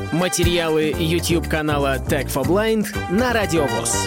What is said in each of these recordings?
Материалы YouTube-канала Tech for Blind на Радио ВОС.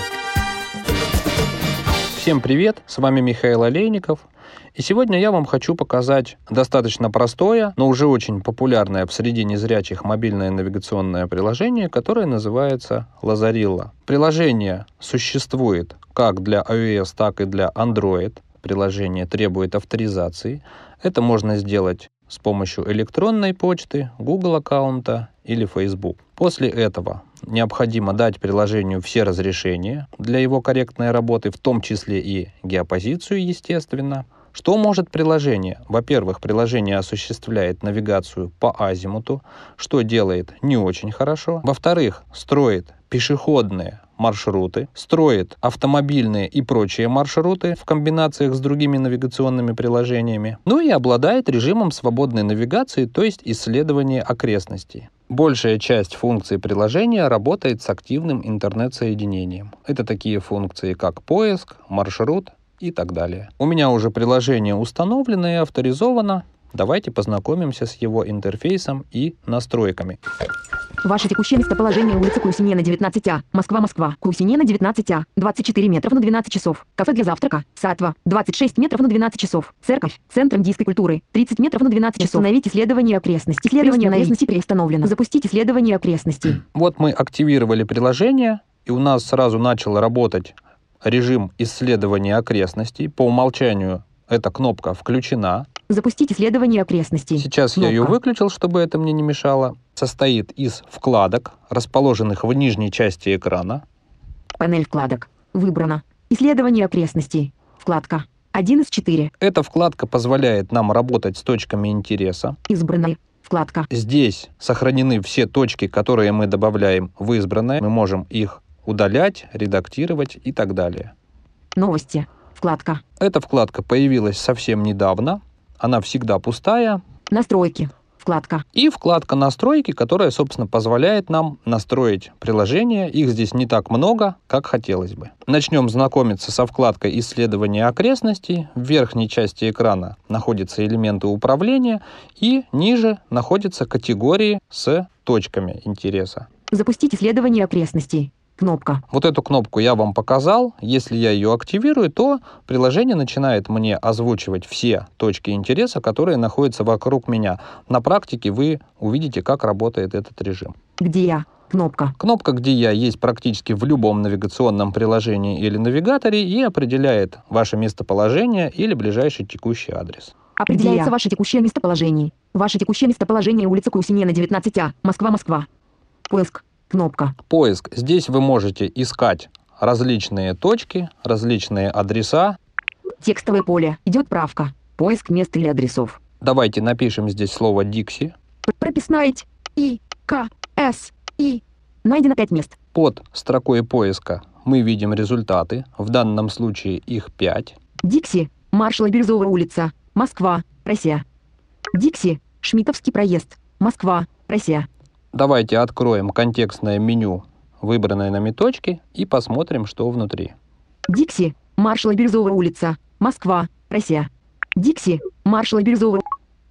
Всем привет, с вами Михаил Олейников. И сегодня я вам хочу показать достаточно простое, но уже очень популярное в среде незрячих мобильное навигационное приложение, которое называется Lazarillo. Приложение существует как для iOS, так и для Android. Приложение требует авторизации. Это можно сделать с помощью электронной почты, Google аккаунта или Facebook. После этого необходимо дать приложению все разрешения для его корректной работы, в том числе и геопозицию, естественно. Что может приложение? Во-первых, приложение осуществляет навигацию по азимуту, что делает не очень хорошо. Во-вторых, строит пешеходные маршруты, строит автомобильные и прочие маршруты в комбинациях с другими навигационными приложениями. Ну и обладает режимом свободной навигации, то есть исследования окрестностей. Большая часть функций приложения работает с активным интернет-соединением. Это такие функции, как поиск, маршрут и так далее. У меня уже приложение установлено и авторизовано. Давайте познакомимся с его интерфейсом и настройками. Ваше текущее местоположение: улица Кусинена, 19А, Москва. Кусинена, 19А, 24 метров на 12 часов. Кафе для завтрака, Сатва, 26 метров на 12 часов. Церковь, Центр индийской культуры, 30 метров на 12 часов. Установить исследование окрестностей. Исследование окрестностей переустановлено. Запустить исследование окрестностей. Вот мы активировали приложение, и у нас сразу начал работать режим исследования окрестностей. По умолчанию эта кнопка включена. Запустить исследование окрестностей. Сейчас кнопка. Я ее выключил, чтобы это мне не мешало. Состоит из вкладок, расположенных в нижней части экрана. Панель вкладок. Выбрано. Исследование окрестностей. Вкладка 1 из 4. Эта вкладка позволяет нам работать с точками интереса. Избранная. Вкладка. Здесь сохранены все точки, которые мы добавляем в избранное. Мы можем их удалять, редактировать и так далее. Новости. Вкладка. Эта вкладка появилась совсем недавно. Она всегда пустая. Настройки. Вкладка. И вкладка «Настройки», которая, собственно, позволяет нам настроить приложение. Их здесь не так много, как хотелось бы. Начнем знакомиться со вкладкой «Исследование окрестностей». В верхней части экрана находятся элементы управления, и ниже находятся категории с точками интереса. Запустить исследование окрестностей. Кнопка. Вот эту кнопку я вам показал. Если я ее активирую, то приложение начинает мне озвучивать все точки интереса, которые находятся вокруг меня. На практике вы увидите, как работает этот режим. Где я? Кнопка. Кнопка «Где я» есть практически в любом навигационном приложении или навигаторе и определяет ваше местоположение или ближайший текущий адрес. Определяется ваше текущее местоположение. Ваше текущее местоположение: улица Кусинена, 19А, Москва. Поиск. Кнопка. Поиск. Здесь вы можете искать различные точки, различные адреса. Текстовое поле. Идет правка. Поиск мест или адресов. Давайте напишем здесь слово «Dixie». Прописная И, К, С, И. Найдено 5 мест. Под строкой поиска мы видим результаты. В данном случае их 5. Дикси, Маршала Бирюзовая улица, Москва, Россия. Дикси, Шмитовский проезд, Москва, Россия. Давайте откроем контекстное меню выбранной нами точки и посмотрим, что внутри. Дикси, Маршала Бирюзовая улица, Москва, Россия. Дикси, Маршала Бирюзовая.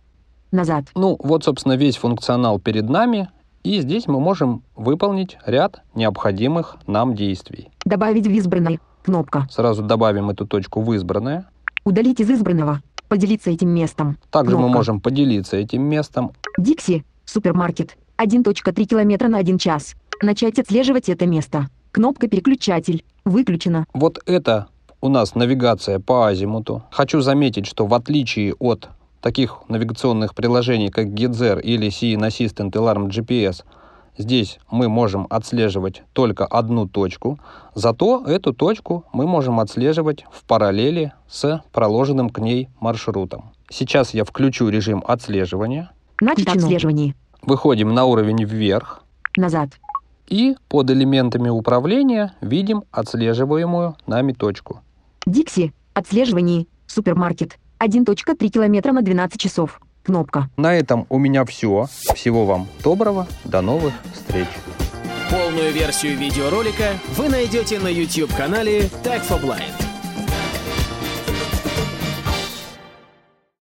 Назад. Ну, вот, собственно, весь функционал перед нами. И здесь мы можем выполнить ряд необходимых нам действий. Добавить в избранное. Кнопка. Сразу добавим эту точку в избранное. Удалить из избранного. Поделиться этим местом. Также Кнопка. мы можем поделиться этим местом. Дикси, супермаркет. 1.3 километра на 1 час. Начать отслеживать это место. Кнопка «Переключатель». Выключена. Вот это у нас навигация по азимуту. Хочу заметить, что в отличие от таких навигационных приложений, как GetThere или Seeing Assistant Alarm GPS, здесь мы можем отслеживать только одну точку. Зато эту точку мы можем отслеживать в параллели с проложенным к ней маршрутом. Сейчас я включу режим отслеживания. Начать отслеживание. Выходим на уровень вверх. Назад. И под элементами управления видим отслеживаемую нами точку. Дикси. Отслеживание. Супермаркет. 1.3 километра на 12 часов. Кнопка. На этом у меня все. Всего вам доброго. До новых встреч. Полную версию видеоролика вы найдете на YouTube-канале Tech for Blind.